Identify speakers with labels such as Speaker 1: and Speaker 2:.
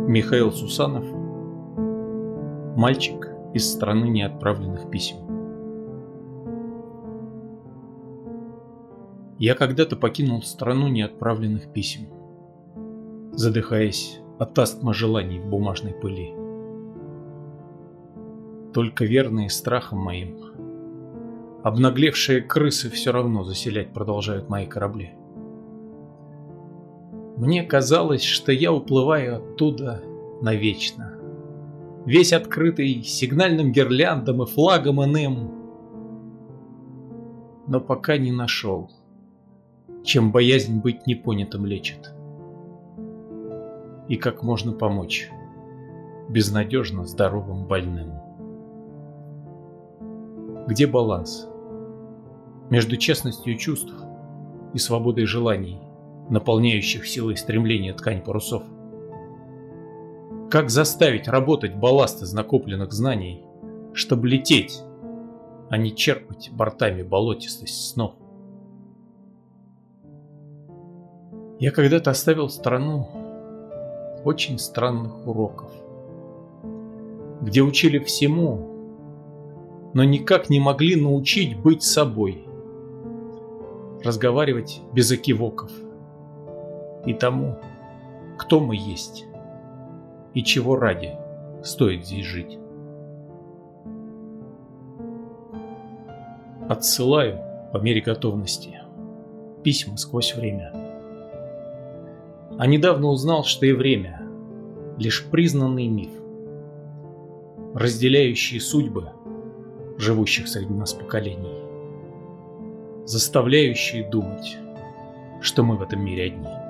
Speaker 1: Михаил Сусанов. Мальчик из страны неотправленных писем. Я когда-то покинул страну неотправленных писем, задыхаясь от астмы желаний в бумажной пыли. Только верные страхам моим, обнаглевшие крысы все равно заселять продолжают мои корабли. Мне казалось, что я уплываю оттуда навечно, весь открытый сигнальным гирляндам и флагом иным, но пока не нашел, чем боязнь быть непонятым лечит, и как можно помочь безнадежно здоровым больным. Где баланс между честностью чувств и свободой желаний, наполняющих силой стремления ткань парусов? Как заставить работать балласт из накопленных знаний, чтобы лететь, а не черпать бортами болотистость снов? Я когда-то оставил страну очень странных уроков, где учили всему, но никак не могли научить быть собой, разговаривать без экивоков, и тому, кто мы есть и чего ради стоит здесь жить. Отсылаю по мере готовности письма сквозь время. А недавно узнал, что и время — лишь признанный миф, разделяющий судьбы живущих среди нас поколений, заставляющий думать, что мы в этом мире одни.